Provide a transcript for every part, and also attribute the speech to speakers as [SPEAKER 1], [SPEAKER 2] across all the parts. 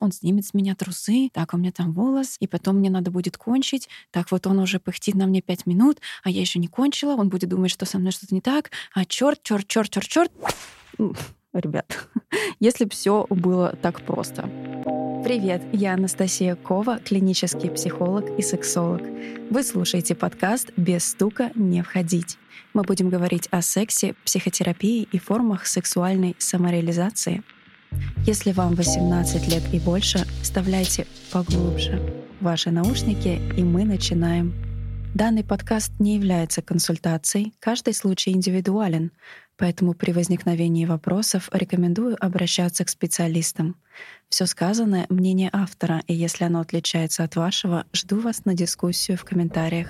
[SPEAKER 1] он снимет с меня трусы, так, у меня там волос, и потом мне надо будет кончить, так, вот он уже пыхтит на мне 5 минут, а я еще не кончила, он будет думать, что со мной что-то не так, а черт. Ребят, если бы все было так просто. Привет, я Анастасия Кова, клинический психолог и сексолог. Вы слушаете подкаст «Без стука не входить». Мы будем говорить о сексе, психотерапии и формах сексуальной самореализации. Если вам 18 лет и больше, вставляйте поглубже ваши наушники, и мы начинаем. Данный подкаст не является консультацией, каждый случай индивидуален, поэтому при возникновении вопросов рекомендую обращаться к специалистам. Все сказанное — мнение автора, и если оно отличается от вашего, жду вас на дискуссию в комментариях.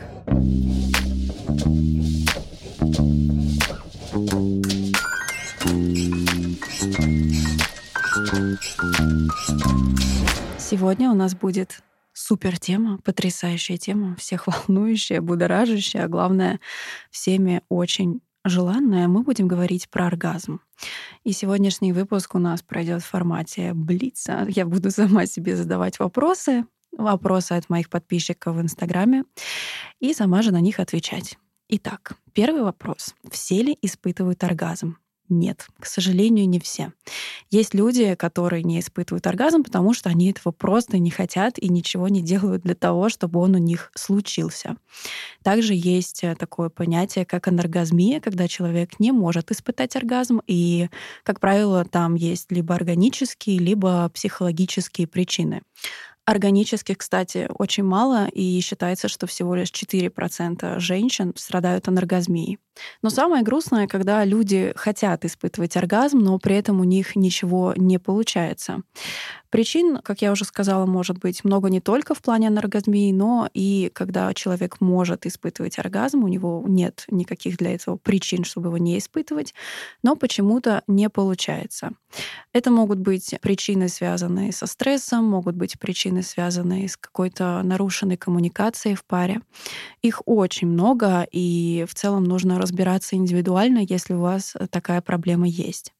[SPEAKER 1] Сегодня у нас будет супер тема, потрясающая тема, всех волнующая, будоражащая, а главное, всеми очень желанная. Мы будем говорить про оргазм. И сегодняшний выпуск у нас пройдет в формате блица. Я буду сама себе задавать вопросы от моих подписчиков в Инстаграме, и сама же на них отвечать. Итак, первый вопрос. Все ли испытывают оргазм? Нет, к сожалению, не все. Есть люди, которые не испытывают оргазм, потому что они этого просто не хотят и ничего не делают для того, чтобы он у них случился. Также есть такое понятие, как аноргазмия, когда человек не может испытать оргазм, и, как правило, там есть либо органические, либо психологические причины. Органических, кстати, очень мало, и считается, что всего лишь 4% женщин страдают аноргазмией. Но самое грустное, когда люди хотят испытывать оргазм, но при этом у них ничего не получается. Причин, как я уже сказала, может быть много не только в плане аноргазмии, но и когда человек может испытывать оргазм, у него нет никаких для этого причин, чтобы его не испытывать, но почему-то не получается. Это могут быть причины, связанные со стрессом, могут быть причины, связанные с какой-то нарушенной коммуникацией в паре. Их очень много, и в целом нужно разбираться индивидуально, если у вас такая проблема есть.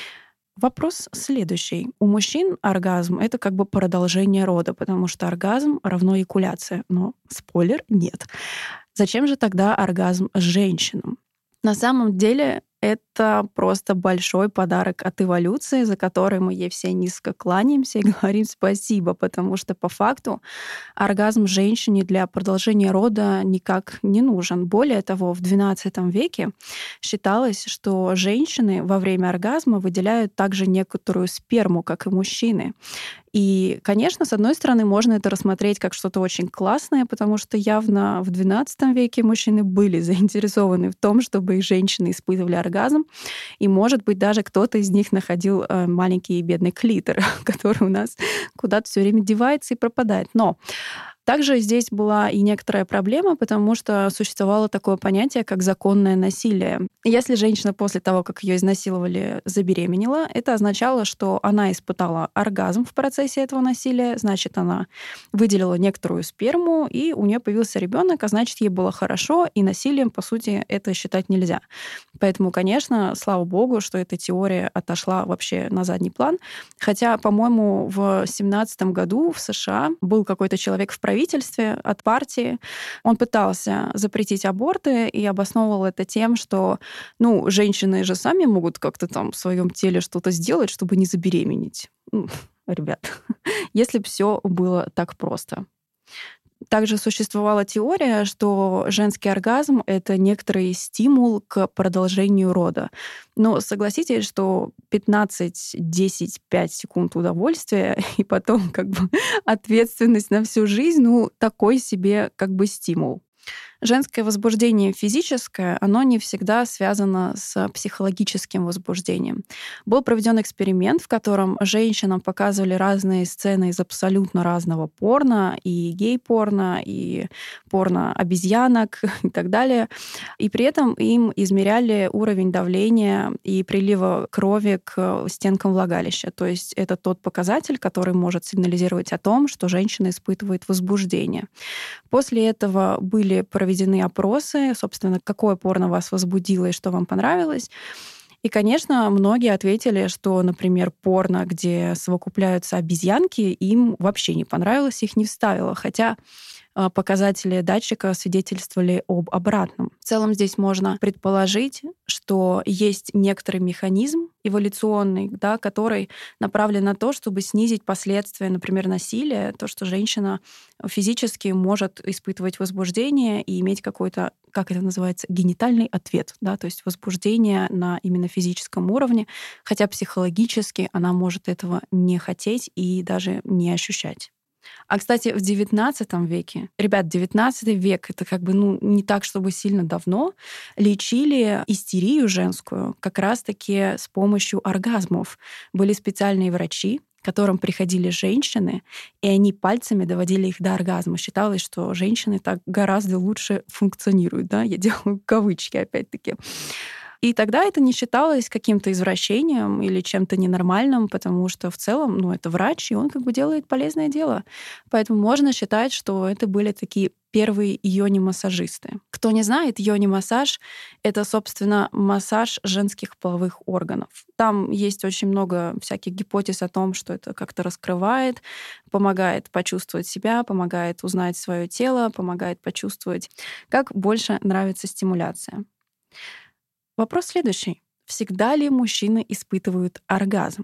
[SPEAKER 1] Вопрос следующий. У мужчин оргазм — это как бы продолжение рода, потому что оргазм равно эякуляция. Но, спойлер, нет. Зачем же тогда оргазм женщинам? На самом деле это просто большой подарок от эволюции, за который мы ей все низко кланяемся и говорим спасибо, потому что по факту оргазм женщине для продолжения рода никак не нужен. Более того, в XII веке считалось, что женщины во время оргазма выделяют также некоторую сперму, как и мужчины. И, конечно, с одной стороны, можно это рассмотреть как что-то очень классное, потому что явно в XII веке мужчины были заинтересованы в том, чтобы их женщины испытывали оргазм. И, может быть, даже кто-то из них находил маленький и бедный клитор, который у нас куда-то все время девается и пропадает. Но также здесь была и некоторая проблема, потому что существовало такое понятие, как законное насилие. Если женщина после того, как ее изнасиловали, забеременела, это означало, что она испытала оргазм в процессе этого насилия, значит, она выделила некоторую сперму, и у нее появился ребенок, а значит, ей было хорошо, и насилием, по сути, это считать нельзя. Поэтому, конечно, слава богу, что эта теория отошла вообще на задний план. Хотя, по-моему, в 2017 году в США был какой-то человек в правительстве от партии. Он пытался запретить аборты и обосновывал это тем, что женщины же сами могут как-то там в своем теле что-то сделать, чтобы не забеременеть. Ребят, если бы все было так просто. Также существовала теория, что женский оргазм — это некоторый стимул к продолжению рода. Но согласитесь, что 15, 10, 5 секунд удовольствия и потом ответственность на всю жизнь, такой себе стимул. Женское возбуждение физическое, оно не всегда связано с психологическим возбуждением. Был проведен эксперимент, в котором женщинам показывали разные сцены из абсолютно разного порно, и гей-порно, и порно-обезьянок и так далее. И при этом им измеряли уровень давления и прилива крови к стенкам влагалища. То есть это тот показатель, который может сигнализировать о том, что женщина испытывает возбуждение. После этого были проведены опросы, собственно, какое порно вас возбудило и что вам понравилось. И, конечно, многие ответили, что, например, порно, где совокупляются обезьянки, им вообще не понравилось, их не вставило. Хотя показатели датчика свидетельствовали об обратном. В целом здесь можно предположить, что есть некоторый механизм эволюционный, да, который направлен на то, чтобы снизить последствия, например, насилия, то, что женщина физически может испытывать возбуждение и иметь какой-то, как это называется, генитальный ответ, да, то есть возбуждение на именно физическом уровне, хотя психологически она может этого не хотеть и даже не ощущать. А, кстати, в XIX веке, ребят, XIX век — это как бы не так, чтобы сильно давно, лечили истерию женскую как раз-таки с помощью оргазмов. Были специальные врачи, к которым приходили женщины, и они пальцами доводили их до оргазма. Считалось, что женщины так гораздо лучше функционируют. Да? Я делаю кавычки опять-таки. И тогда это не считалось каким-то извращением или чем-то ненормальным, потому что в целом, это врач, и он как бы делает полезное дело. Поэтому можно считать, что это были такие первые йони-массажисты. Кто не знает, йони-массаж — это, собственно, массаж женских половых органов. Там есть очень много всяких гипотез о том, что это как-то раскрывает, помогает почувствовать себя, помогает узнать свое тело, помогает почувствовать, как больше нравится стимуляция. Вопрос следующий. Всегда ли мужчины испытывают оргазм?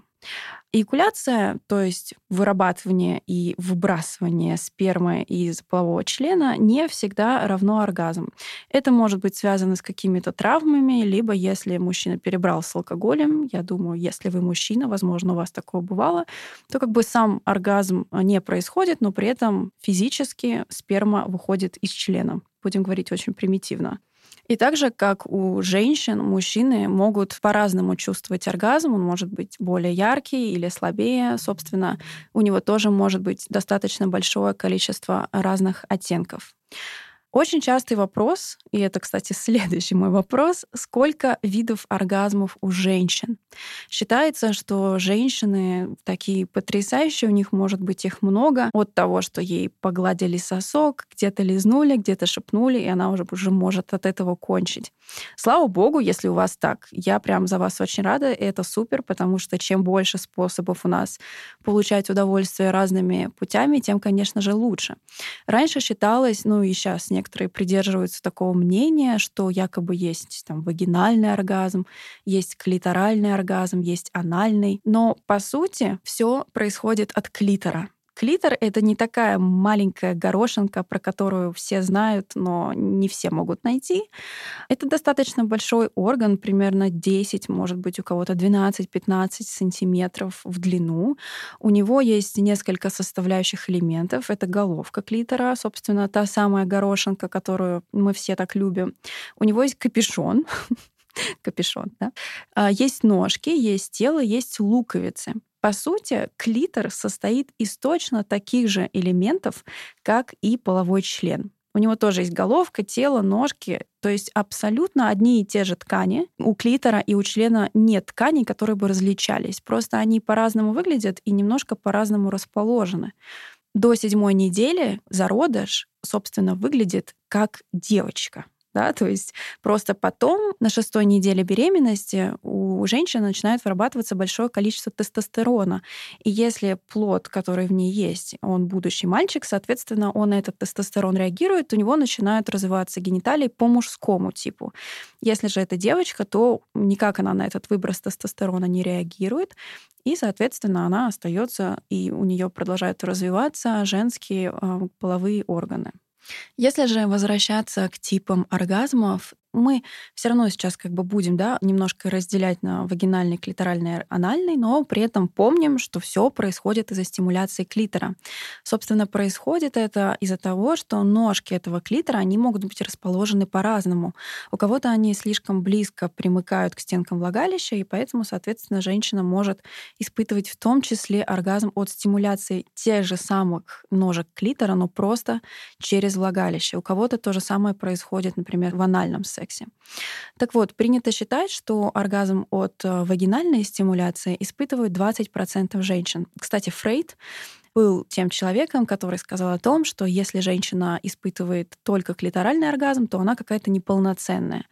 [SPEAKER 1] Эякуляция, то есть вырабатывание и выбрасывание спермы из полового члена, не всегда равно оргазм. Это может быть связано с какими-то травмами, либо если мужчина перебрал с алкоголем. Я думаю, если вы мужчина, возможно, у вас такое бывало, то как бы сам оргазм не происходит, но при этом физически сперма выходит из члена. Будем говорить очень примитивно. И так же, как у женщин, мужчины могут по-разному чувствовать оргазм. Он может быть более яркий или слабее. Собственно, у него тоже может быть достаточно большое количество разных оттенков. Очень частый вопрос, и это, кстати, следующий мой вопрос, сколько видов оргазмов у женщин? Считается, что женщины такие потрясающие, у них может быть их много, от того, что ей погладили сосок, где-то лизнули, где-то шепнули, и она уже может от этого кончить. Слава богу, если у вас так. Я прям за вас очень рада, и это супер, потому что чем больше способов у нас получать удовольствие разными путями, тем, конечно же, лучше. Раньше считалось, и сейчас некоторые придерживаются такого мнения, что якобы есть там вагинальный оргазм, есть клиторальный оргазм, есть анальный. Но по сути все происходит от клитора. Клитор — это не такая маленькая горошинка, про которую все знают, но не все могут найти. Это достаточно большой орган, примерно 10, может быть, у кого-то 12-15 сантиметров в длину. У него есть несколько составляющих элементов. Это головка клитора, собственно, та самая горошинка, которую мы все так любим. У него есть капюшон, капюшон, да? Есть ножки, есть тело, есть луковицы. По сути, клитор состоит из точно таких же элементов, как и половой член. У него тоже есть головка, тело, ножки, то есть абсолютно одни и те же ткани. У клитора и у члена нет тканей, которые бы различались. Просто они по-разному выглядят и немножко по-разному расположены. До 7-й недели зародыш, собственно, выглядит как девочка. Да, то есть просто потом, на 6-й неделе беременности, у женщины начинает вырабатываться большое количество тестостерона. И если плод, который в ней есть, он будущий мальчик, соответственно, он на этот тестостерон реагирует, у него начинают развиваться гениталии по мужскому типу. Если же это девочка, то никак она на этот выброс тестостерона не реагирует, и, соответственно, она остается, и у нее продолжают развиваться женские половые органы. Если же возвращаться к типам оргазмов, мы все равно сейчас как бы будем, немножко разделять на вагинальный, клиторальный, анальный, но при этом помним, что все происходит из-за стимуляции клитора. Собственно, происходит это из-за того, что ножки этого клитора, они могут быть расположены по-разному. У кого-то они слишком близко примыкают к стенкам влагалища, и поэтому, соответственно, женщина может испытывать в том числе оргазм от стимуляции тех же самых ножек клитора, но просто через влагалище. У кого-то то же самое происходит, например, в анальном сексе. Так вот, принято считать, что оргазм от вагинальной стимуляции испытывают 20% женщин. Кстати, Фрейд был тем человеком, который сказал о том, что если женщина испытывает только клиторальный оргазм, то она какая-то неполноценная.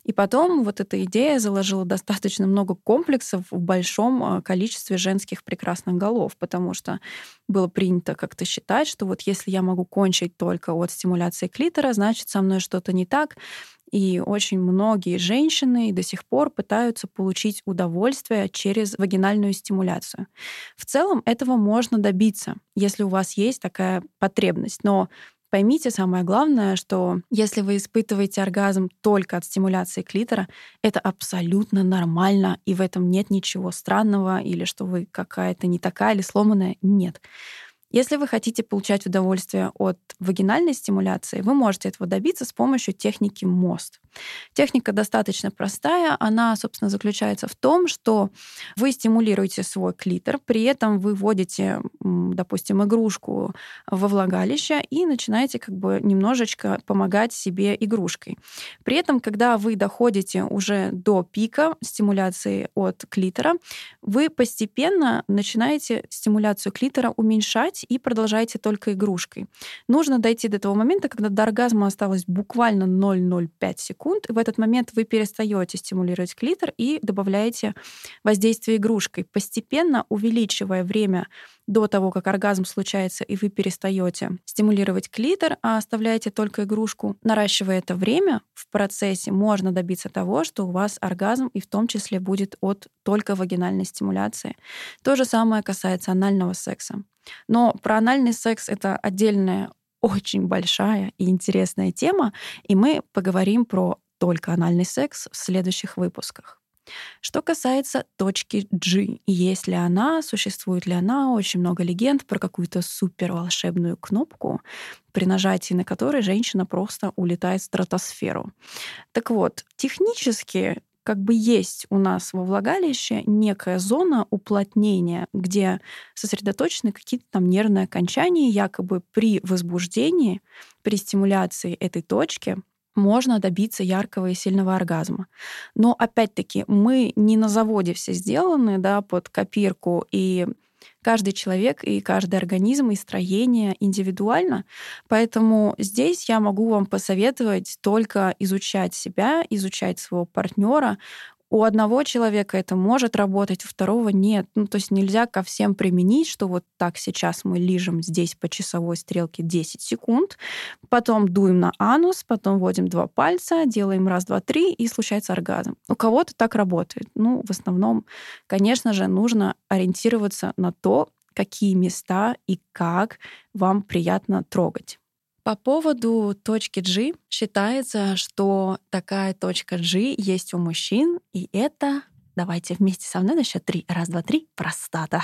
[SPEAKER 1] И потом вот эта идея заложила достаточно много комплексов в большом количестве женских прекрасных голов, потому что было принято как-то считать, что вот если я могу кончить только от стимуляции клитора, значит, со мной что-то не так. И очень многие женщины до сих пор пытаются получить удовольствие через вагинальную стимуляцию. В целом этого можно добиться, если у вас есть такая потребность. Но поймите самое главное, что если вы испытываете оргазм только от стимуляции клитора, это абсолютно нормально, и в этом нет ничего странного, или что вы какая-то не такая или сломанная. Нет. Если вы хотите получать удовольствие от вагинальной стимуляции, вы можете этого добиться с помощью техники МОСТ. Техника достаточно простая. Она, собственно, заключается в том, что вы стимулируете свой клитор, при этом вы вводите, допустим, игрушку во влагалище и начинаете как бы немножечко помогать себе игрушкой. При этом, когда вы доходите уже до пика стимуляции от клитора, вы постепенно начинаете стимуляцию клитора уменьшать и продолжаете только игрушкой. Нужно дойти до того момента, когда до оргазма осталось буквально 0,05 секунд, и в этот момент вы перестаете стимулировать клитор и добавляете воздействие игрушкой, постепенно увеличивая время до того, как оргазм случается, и вы перестаете стимулировать клитор, а оставляете только игрушку. Наращивая это время в процессе, можно добиться того, что у вас оргазм и в том числе будет от только вагинальной стимуляции. То же самое касается анального секса. Но про анальный секс — это отдельная, очень большая и интересная тема, и мы поговорим про только анальный секс в следующих выпусках. Что касается точки G, есть ли она, существует ли она, очень много легенд про какую-то супер волшебную кнопку, при нажатии на которой женщина просто улетает в стратосферу. Так вот, технически как бы есть у нас во влагалище некая зона уплотнения, где сосредоточены какие-то там нервные окончания, якобы при возбуждении, при стимуляции этой точки можно добиться яркого и сильного оргазма. Но опять-таки мы не на заводе все сделаны, да, под копирку, и каждый человек и каждый организм и строение индивидуально. Поэтому здесь я могу вам посоветовать только изучать себя, изучать своего партнера. У одного человека это может работать, у второго нет. Ну, то есть нельзя ко всем применить, что вот так сейчас мы лижем здесь по часовой стрелке 10 секунд, потом дуем на анус, потом вводим 2 пальца, делаем раз, два, три, и случается оргазм. У кого-то так работает. Ну, в основном, конечно же, нужно ориентироваться на то, какие места и как вам приятно трогать. По поводу точки G считается, что такая точка G есть у мужчин, и это, давайте вместе со мной на счет 3, раз, два, три, простата.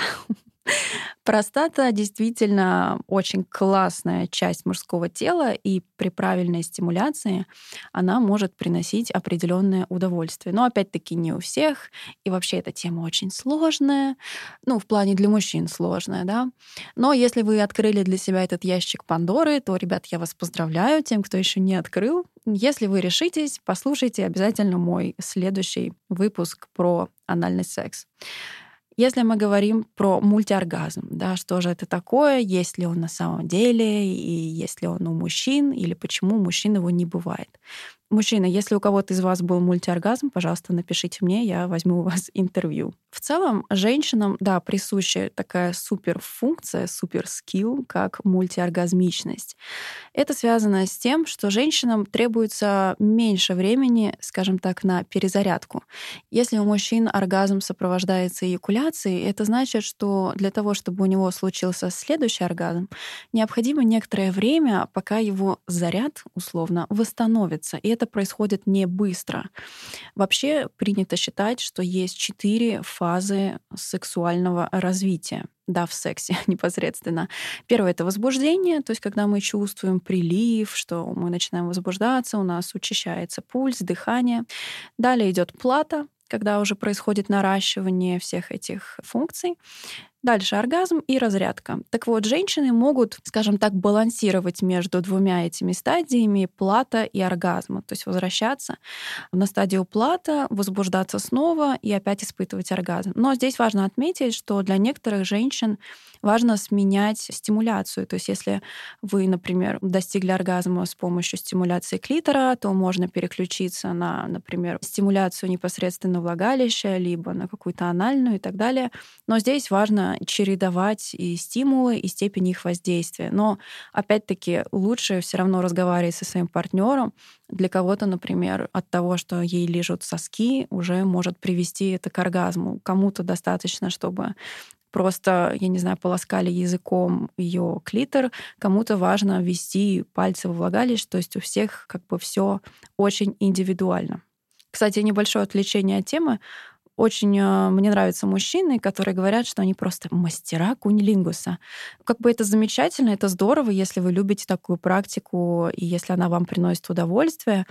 [SPEAKER 1] Простата действительно очень классная часть мужского тела, и при правильной стимуляции она может приносить определенное удовольствие. Но опять-таки не у всех, и вообще эта тема очень сложная, ну, в плане для мужчин сложная, да. Но если вы открыли для себя этот ящик Пандоры, то, ребят, я вас поздравляю, тем, кто еще не открыл. Если вы решитесь, послушайте обязательно мой следующий выпуск про анальный секс. Если мы говорим про мультиоргазм, да, что же это такое, есть ли он на самом деле, и есть ли он у мужчин, или почему у мужчин его не бывает. Мужчина, если у кого-то из вас был мультиоргазм, пожалуйста, напишите мне, я возьму у вас интервью. В целом, женщинам, да, присуща такая суперфункция, суперскилл, как мультиоргазмичность. Это связано с тем, что женщинам требуется меньше времени, скажем так, на перезарядку. Если у мужчин оргазм сопровождается эякуляцией, это значит, что для того, чтобы у него случился следующий оргазм, необходимо некоторое время, пока его заряд, условно, восстановится. И это происходит не быстро. Вообще принято считать, что есть 4 фазы сексуального развития, да, в сексе непосредственно. Первое — это возбуждение, то есть когда мы чувствуем прилив, что мы начинаем возбуждаться, у нас учащается пульс, дыхание. Далее идет плата, когда уже происходит наращивание всех этих функций. Дальше оргазм и разрядка. Так вот, женщины могут, скажем так, балансировать между двумя этими стадиями плата и оргазма, то есть возвращаться на стадию плата, возбуждаться снова и опять испытывать оргазм. Но здесь важно отметить, что для некоторых женщин важно сменять стимуляцию. То есть если вы, например, достигли оргазма с помощью стимуляции клитора, то можно переключиться на, например, стимуляцию непосредственно влагалища, либо на какую-то анальную и так далее. Но здесь важно чередовать и стимулы, и степень их воздействия. Но опять-таки лучше все равно разговаривать со своим партнером. Для кого-то, например, от того, что ей лижут соски, уже может привести это к оргазму. Кому-то достаточно, чтобы просто, я не знаю, полоскали языком ее клитор, кому-то важно ввести пальцы во влагалище, то есть у всех как бы все очень индивидуально. Кстати, небольшое отвлечение от темы. Очень мне нравятся мужчины, которые говорят, что они просто мастера кунилингуса. Как бы это замечательно, это здорово, если вы любите такую практику и если она вам приносит удовольствие.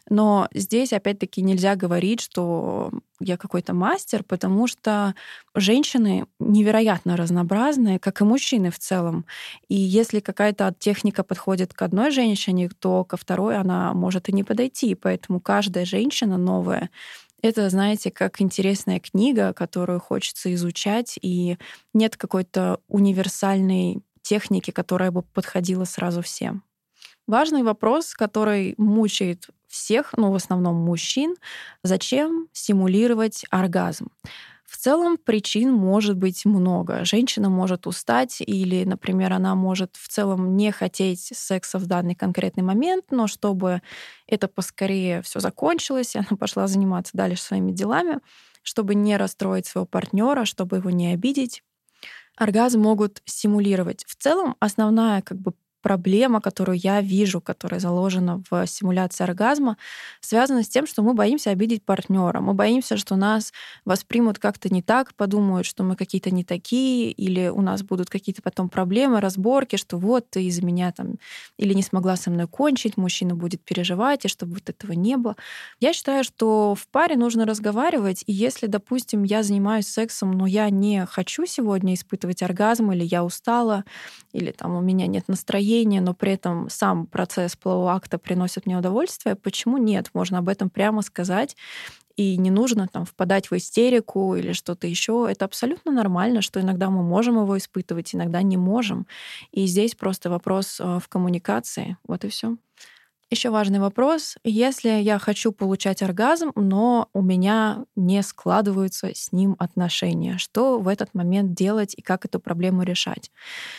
[SPEAKER 1] Но здесь, опять-таки, нельзя говорить, что я какой-то мастер, потому что женщины невероятно разнообразные, как и мужчины в целом. И если какая-то техника подходит к одной женщине, то ко второй она может и не подойти. Поэтому каждая женщина новая — это, знаете, как интересная книга, которую хочется изучать, и нет какой-то универсальной техники, которая бы подходила сразу всем. Важный вопрос, который мучает всех, ну, в основном мужчин, зачем стимулировать оргазм? В целом причин может быть много. Женщина может устать или, например, она может в целом не хотеть секса в данный конкретный момент, но чтобы это поскорее все закончилось, и она пошла заниматься дальше своими делами, чтобы не расстроить своего партнера, чтобы его не обидеть. Оргазм могут стимулировать. В целом основная как бы проблема, которую я вижу, которая заложена в симуляции оргазма, связана с тем, что мы боимся обидеть партнера. Мы боимся, что нас воспримут как-то не так, подумают, что мы какие-то не такие, или у нас будут какие-то потом проблемы, разборки, что вот ты из-за меня там или не смогла со мной кончить, мужчина будет переживать, и чтобы вот этого не было. Я считаю, что в паре нужно разговаривать, и если, допустим, я занимаюсь сексом, но я не хочу сегодня испытывать оргазм, или я устала, или там у меня нет настроения, но при этом сам процесс полового акта приносит мне удовольствие, почему нет? Можно об этом прямо сказать, и не нужно там впадать в истерику или что-то еще. Это абсолютно нормально, что иногда мы можем его испытывать, иногда не можем. И здесь просто вопрос в коммуникации. Вот и все. Еще важный вопрос. Если я хочу получать оргазм, но у меня не складываются с ним отношения, что в этот момент делать и как эту проблему решать?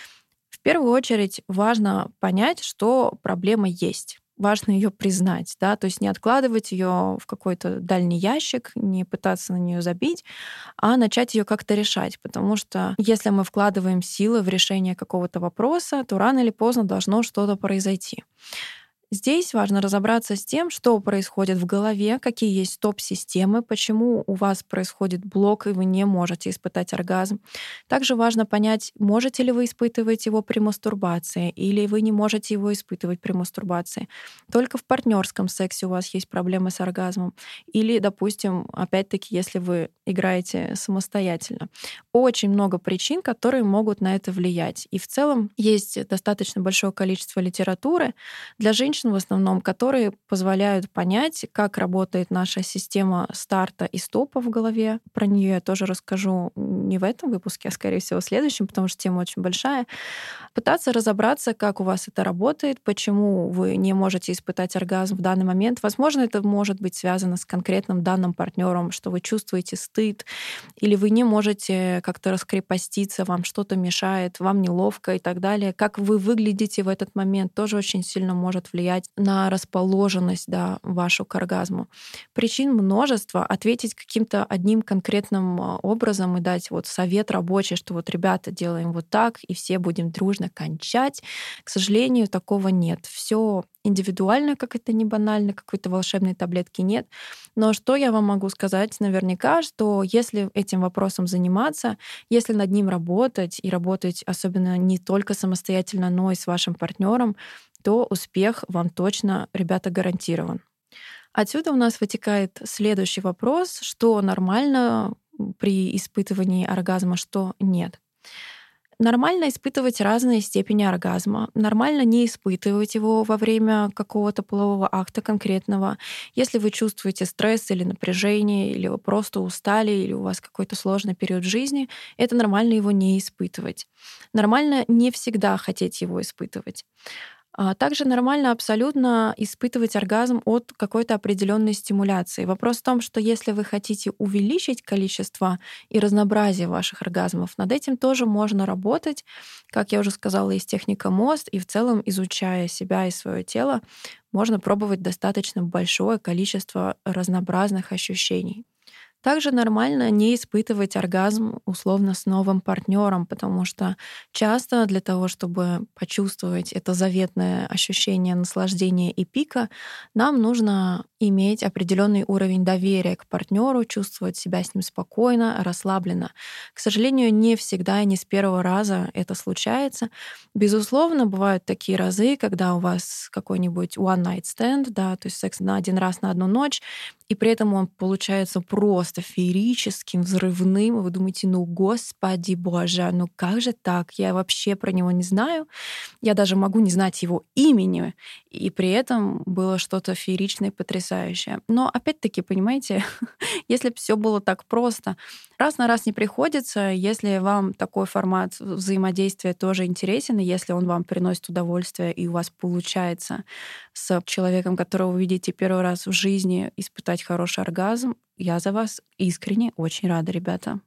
[SPEAKER 1] В первую очередь важно понять, что проблема есть. Важно ее признать, да, то есть не откладывать ее в какой-то дальний ящик, не пытаться на нее забить, а начать ее как-то решать. Потому что если мы вкладываем силы в решение какого-то вопроса, то рано или поздно должно что-то произойти. Здесь важно разобраться с тем, что происходит в голове, какие есть стоп-системы, почему у вас происходит блок, и вы не можете испытать оргазм. Также важно понять, можете ли вы испытывать его при мастурбации, или вы не можете его испытывать при мастурбации. Только в партнерском сексе у вас есть проблемы с оргазмом. Или, допустим, опять-таки, если вы играете самостоятельно. Очень много причин, которые могут на это влиять. И в целом есть достаточно большое количество литературы для женщин в основном, которые позволяют понять, как работает наша система старта и стопа в голове. Про нее я тоже расскажу не в этом выпуске, а, скорее всего, в следующем, потому что тема очень большая. Пытаться разобраться, как у вас это работает, почему вы не можете испытать оргазм в данный момент. Возможно, это может быть связано с конкретным данным партнером, что вы чувствуете стыд, или вы не можете как-то раскрепоститься, вам что-то мешает, вам неловко и так далее. Как вы выглядите в этот момент, тоже очень сильно может влиять на расположенность, да, вашу к оргазму. Причин множество. Ответить каким-то одним конкретным образом и дать вот совет рабочий, что вот, ребята, делаем вот так, и все будем дружно кончать. К сожалению, такого нет. Все индивидуально, как это не банально, какой-то волшебной таблетки нет. Но что я вам могу сказать наверняка, что если этим вопросом заниматься, если над ним работать, и работать особенно не только самостоятельно, но и с вашим партнером, то успех вам точно, ребята, гарантирован. Отсюда у нас вытекает следующий вопрос, что нормально при испытывании оргазма, что нет. Нормально испытывать разные степени оргазма. Нормально не испытывать его во время какого-то полового акта конкретного. Если вы чувствуете стресс или напряжение, или вы просто устали, или у вас какой-то сложный период жизни, это нормально его не испытывать. Нормально не всегда хотеть его испытывать. Также нормально абсолютно испытывать оргазм от какой-то определенной стимуляции. Вопрос в том, что если вы хотите увеличить количество и разнообразие ваших оргазмов, над этим тоже можно работать. Как я уже сказала, есть техника МОСТ, и в целом, изучая себя и свое тело, можно пробовать достаточно большое количество разнообразных ощущений. Также нормально не испытывать оргазм условно с новым партнером, потому что часто для того, чтобы почувствовать это заветное ощущение наслаждения и пика, нам нужно иметь определенный уровень доверия к партнеру, чувствовать себя с ним спокойно, расслабленно. К сожалению, не всегда и не с первого раза это случается. Безусловно, бывают такие разы, когда у вас какой-нибудь one night stand, да, то есть секс на один раз на одну ночь, и при этом он получается просто феерическим, взрывным. И вы думаете, ну, господи боже, ну как же так? Я вообще про него не знаю. Я даже могу не знать его имени. И при этом было что-то фееричное и потрясающее. Но опять-таки, понимаете, если бы все было так просто, раз на раз не приходится. Если вам такой формат взаимодействия тоже интересен, и если он вам приносит удовольствие, и у вас получается с человеком, которого вы видите первый раз в жизни, испытать хороший оргазм, я за вас искренне очень рада, ребята.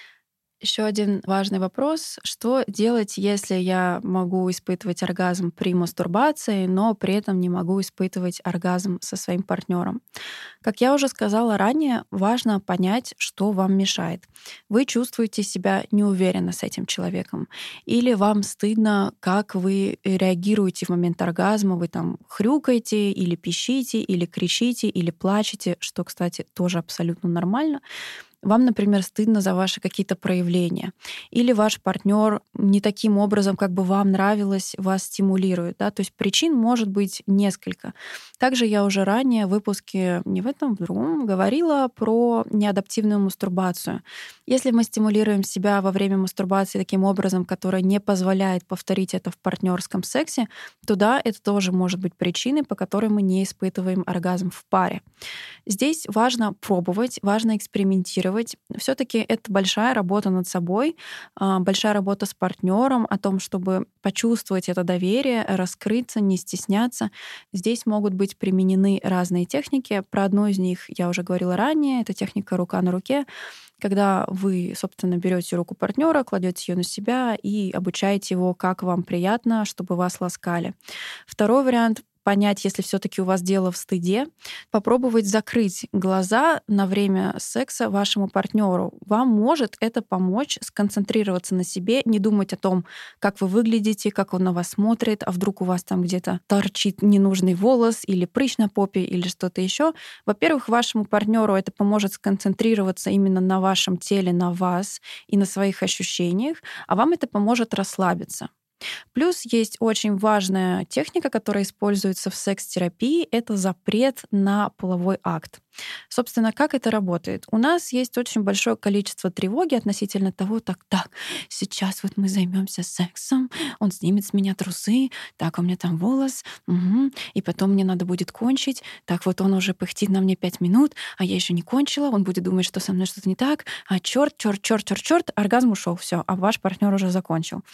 [SPEAKER 1] Еще один важный вопрос. Что делать, если я могу испытывать оргазм при мастурбации, но при этом не могу испытывать оргазм со своим партнером? Как я уже сказала ранее, важно понять, что вам мешает. Вы чувствуете себя неуверенно с этим человеком, или вам стыдно, как вы реагируете в момент оргазма, вы там хрюкаете, или пищите, или кричите, или плачете, что, кстати, тоже абсолютно нормально. Вам, например, стыдно за ваши какие-то проявления. Или ваш партнер не таким образом, как бы вам нравилось, вас стимулирует. Да? То есть причин может быть несколько. Также я уже ранее в выпуске, не в этом, в другом, говорила про неадаптивную мастурбацию. Если мы стимулируем себя во время мастурбации таким образом, который не позволяет повторить это в партнерском сексе, то да, это тоже может быть причиной, по которой мы не испытываем оргазм в паре. Здесь важно пробовать, важно экспериментировать. Все-таки это большая работа над собой, большая работа с партнером о том, чтобы почувствовать это доверие, раскрыться, не стесняться. Здесь могут быть применены разные техники. Про одну из них я уже говорила ранее. Это техника рука на руке, когда вы, собственно, берете руку партнера, кладете ее на себя и обучаете его, как вам приятно, чтобы вас ласкали. Второй вариант — понять, если все-таки у вас дело в стыде, попробовать закрыть глаза на время секса вашему партнеру. Вам может это помочь сконцентрироваться на себе, не думать о том, как вы выглядите, как он на вас смотрит, а вдруг у вас там где-то торчит ненужный волос или прыщ на попе или что-то еще. Во-первых, вашему партнеру это поможет сконцентрироваться именно на вашем теле, на вас и на своих ощущениях, а вам это поможет расслабиться. Плюс есть очень важная техника, которая используется в секс-терапии — это запрет на половой акт. Собственно, как это работает? У нас есть очень большое количество тревоги относительно того, так, сейчас вот мы займемся сексом, он снимет с меня трусы, так, у меня там волос, угу, и потом мне надо будет кончить, так, вот он уже пыхтит на мне 5 минут, а я еще не кончила, он будет думать, что со мной что-то не так, а черт, оргазм ушел, все, а ваш партнер уже закончил.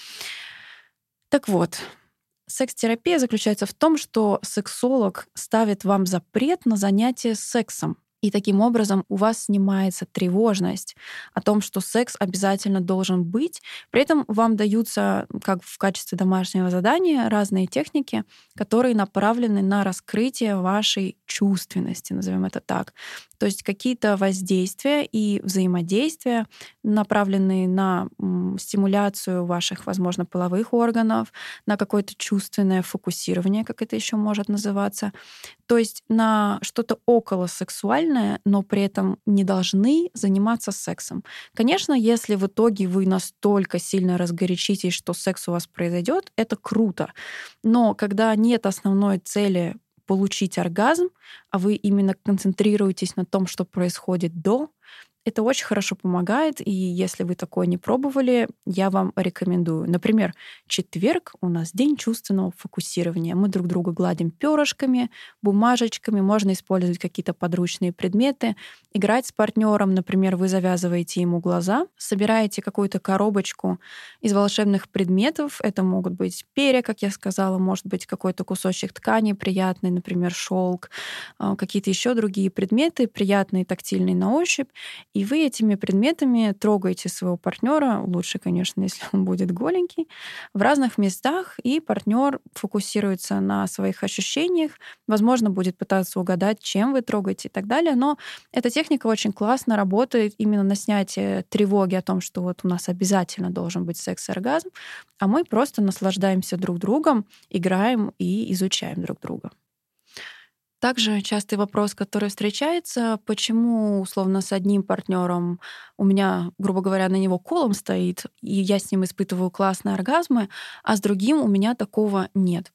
[SPEAKER 1] Так вот, секс-терапия заключается в том, что сексолог ставит вам запрет на занятие сексом. И таким образом у вас снимается тревожность о том, что секс обязательно должен быть. При этом вам даются, как в качестве домашнего задания, разные техники, которые направлены на раскрытие вашей чувственности, назовем это так. То есть какие-то воздействия и взаимодействия, направленные на стимуляцию ваших, возможно, половых органов, на какое-то чувственное фокусирование, как это еще может называться. То есть на что-то околосексуальное, но при этом не должны заниматься сексом. Конечно, если в итоге вы настолько сильно разгорячитесь, что секс у вас произойдет, это круто. Но когда нет основной цели получить оргазм, а вы именно концентрируетесь на том, что происходит до, Это очень хорошо помогает, и если вы такое не пробовали, я вам рекомендую. Например, четверг у нас день чувственного фокусирования. Мы друг друга гладим перышками, бумажечками, можно использовать какие-то подручные предметы, играть с партнером. Например, вы завязываете ему глаза, собираете какую-то коробочку из волшебных предметов. Это могут быть перья, как я сказала, может быть какой-то кусочек ткани приятный, например, шелк, какие-то еще другие предметы, приятные, тактильные на ощупь. И вы этими предметами трогаете своего партнера, лучше, конечно, если он будет голенький, в разных местах, и партнер фокусируется на своих ощущениях, возможно, будет пытаться угадать, чем вы трогаете и так далее. Но эта техника очень классно работает именно на снятие тревоги о том, что вот у нас обязательно должен быть секс и оргазм, а мы просто наслаждаемся друг другом, играем и изучаем друг друга. Также частый вопрос, который встречается, почему, условно, с одним партнером у меня, грубо говоря, на него колом стоит, и я с ним испытываю классные оргазмы, а с другим у меня такого нет.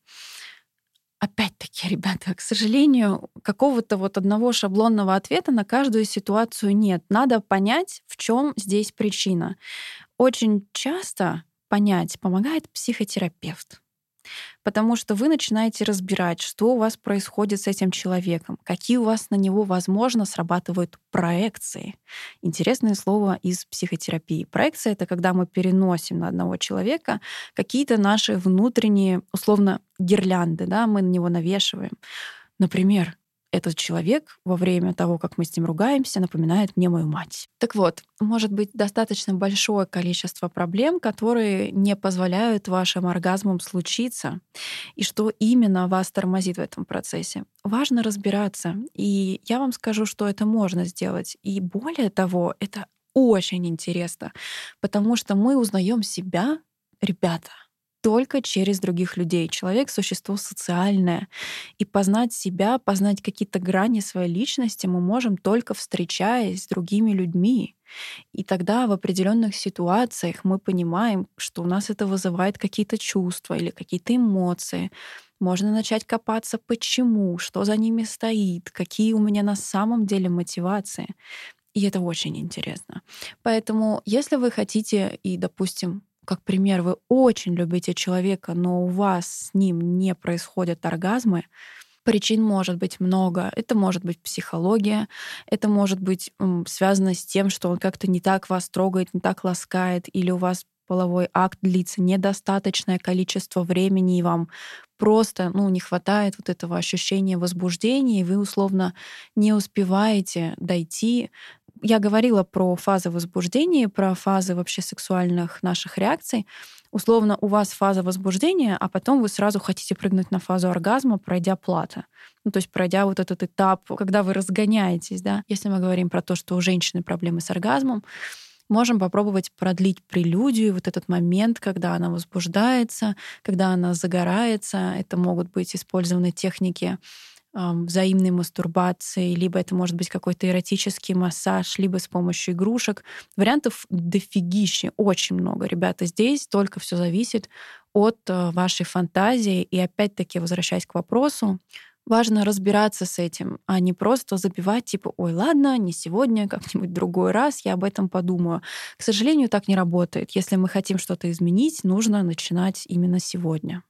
[SPEAKER 1] Опять-таки, ребята, к сожалению, какого-то вот одного шаблонного ответа на каждую ситуацию нет. Надо понять, в чем здесь причина. Очень часто понять помогает психотерапевт. Потому что вы начинаете разбирать, что у вас происходит с этим человеком, какие у вас на него, возможно, срабатывают проекции. Интересное слово из психотерапии. Проекция — это когда мы переносим на одного человека какие-то наши внутренние, условно, гирлянды, да, мы на него навешиваем. Например, этот человек во время того, как мы с ним ругаемся, напоминает мне мою мать. Так вот, может быть достаточно большое количество проблем, которые не позволяют вашим оргазмам случиться. И что именно вас тормозит в этом процессе? Важно разбираться. И я вам скажу, что это можно сделать. И более того, это очень интересно, потому что мы узнаем себя, ребята, только через других людей. Человек — существо социальное. И познать себя, познать какие-то грани своей личности мы можем только встречаясь с другими людьми. И тогда в определенных ситуациях мы понимаем, что у нас это вызывает какие-то чувства или какие-то эмоции. Можно начать копаться, почему, что за ними стоит, какие у меня на самом деле мотивации. И это очень интересно. Поэтому, если вы хотите и, допустим, как пример, вы очень любите человека, но у вас с ним не происходят оргазмы, причин может быть много. Это может быть психология, это может быть связано с тем, что он как-то не так вас трогает, не так ласкает, или у вас половой акт длится недостаточное количество времени, и вам просто не хватает вот этого ощущения возбуждения, и вы условно не успеваете дойти. Я говорила про фазы возбуждения, про фазы вообще сексуальных наших реакций. Условно, у вас фаза возбуждения, а потом вы сразу хотите прыгнуть на фазу оргазма, пройдя плато. То есть пройдя вот этот этап, когда вы разгоняетесь, да. Если мы говорим про то, что у женщины проблемы с оргазмом, можем попробовать продлить прелюдию, вот этот момент, когда она возбуждается, когда она загорается. Это могут быть использованы техники взаимной мастурбации, либо это может быть какой-то эротический массаж, либо с помощью игрушек. Вариантов дофигища, очень много. Ребята, здесь только все зависит от вашей фантазии. И опять-таки, возвращаясь к вопросу, важно разбираться с этим, а не просто забивать, типа, ой, ладно, не сегодня, как-нибудь в другой раз, я об этом подумаю. К сожалению, так не работает. Если мы хотим что-то изменить, нужно начинать именно сегодня.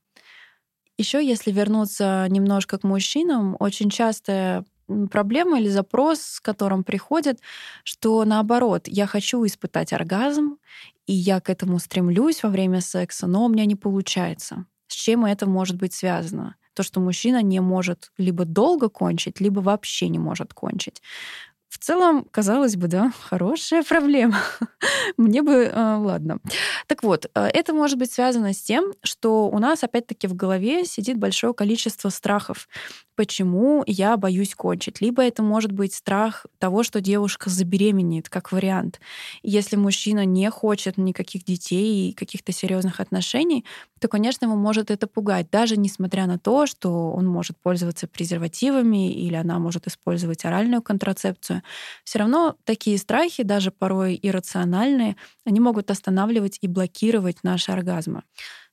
[SPEAKER 1] Еще, если вернуться немножко к мужчинам, очень частая проблема или запрос, с которым приходят, что наоборот, я хочу испытать оргазм, и я к этому стремлюсь во время секса, но у меня не получается. С чем это может быть связано? То, что мужчина не может либо долго кончить, либо вообще не может кончить. В целом, казалось бы, да, хорошая проблема. Мне бы, ладно. Так вот, это может быть связано с тем, что у нас опять-таки в голове сидит большое количество страхов. Почему я боюсь кончить? Либо это может быть страх того, что девушка забеременеет, как вариант. И если мужчина не хочет никаких детей и каких-то серьезных отношений, то, конечно, его может это пугать, даже несмотря на то, что он может пользоваться презервативами или она может использовать оральную контрацепцию. Все равно такие страхи, даже порой иррациональные, они могут останавливать и блокировать наши оргазмы.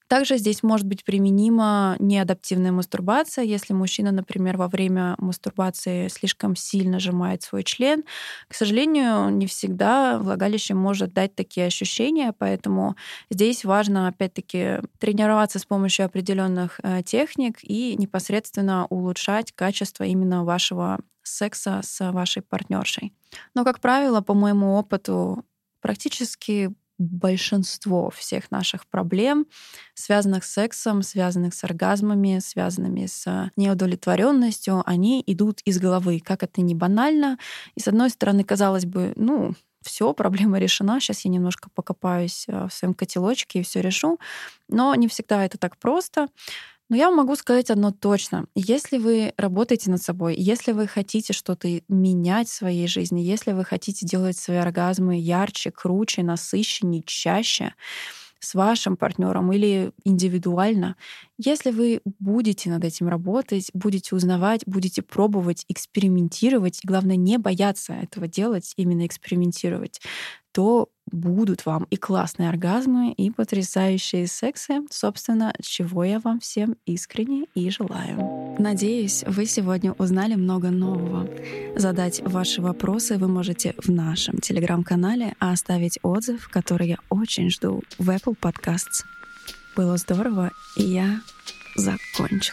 [SPEAKER 1] Также здесь может быть применима неадаптивная мастурбация. Если мужчина, например, во время мастурбации слишком сильно сжимает свой член, к сожалению, не всегда влагалище может дать такие ощущения, поэтому здесь важно, опять-таки, тренироваться с помощью определенных техник и непосредственно улучшать качество именно вашего секса с вашей партнершей. Но, как правило, по моему опыту, практически большинство всех наших проблем, связанных с сексом, связанных с оргазмами, связанными с неудовлетворенностью, они идут из головы. Как это ни банально. И с одной стороны, казалось бы, все, проблема решена. Сейчас я немножко покопаюсь в своем котелочке и все решу. Но не всегда это так просто. Но я могу сказать одно точно. Если вы работаете над собой, если вы хотите что-то менять в своей жизни, если вы хотите делать свои оргазмы ярче, круче, насыщеннее, чаще, с вашим партнером или индивидуально, если вы будете над этим работать, будете узнавать, будете пробовать, экспериментировать, и главное, не бояться этого делать, именно экспериментировать, то будут вам и классные оргазмы, и потрясающие сексы, собственно, чего я вам всем искренне и желаю. Надеюсь, вы сегодня узнали много нового. Задать ваши вопросы вы можете в нашем телеграм-канале, а оставить отзыв, который я очень жду, в Apple Podcasts. Было здорово, и я закончила.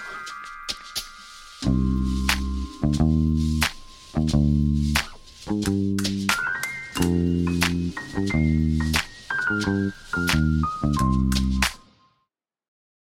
[SPEAKER 1] Thank you.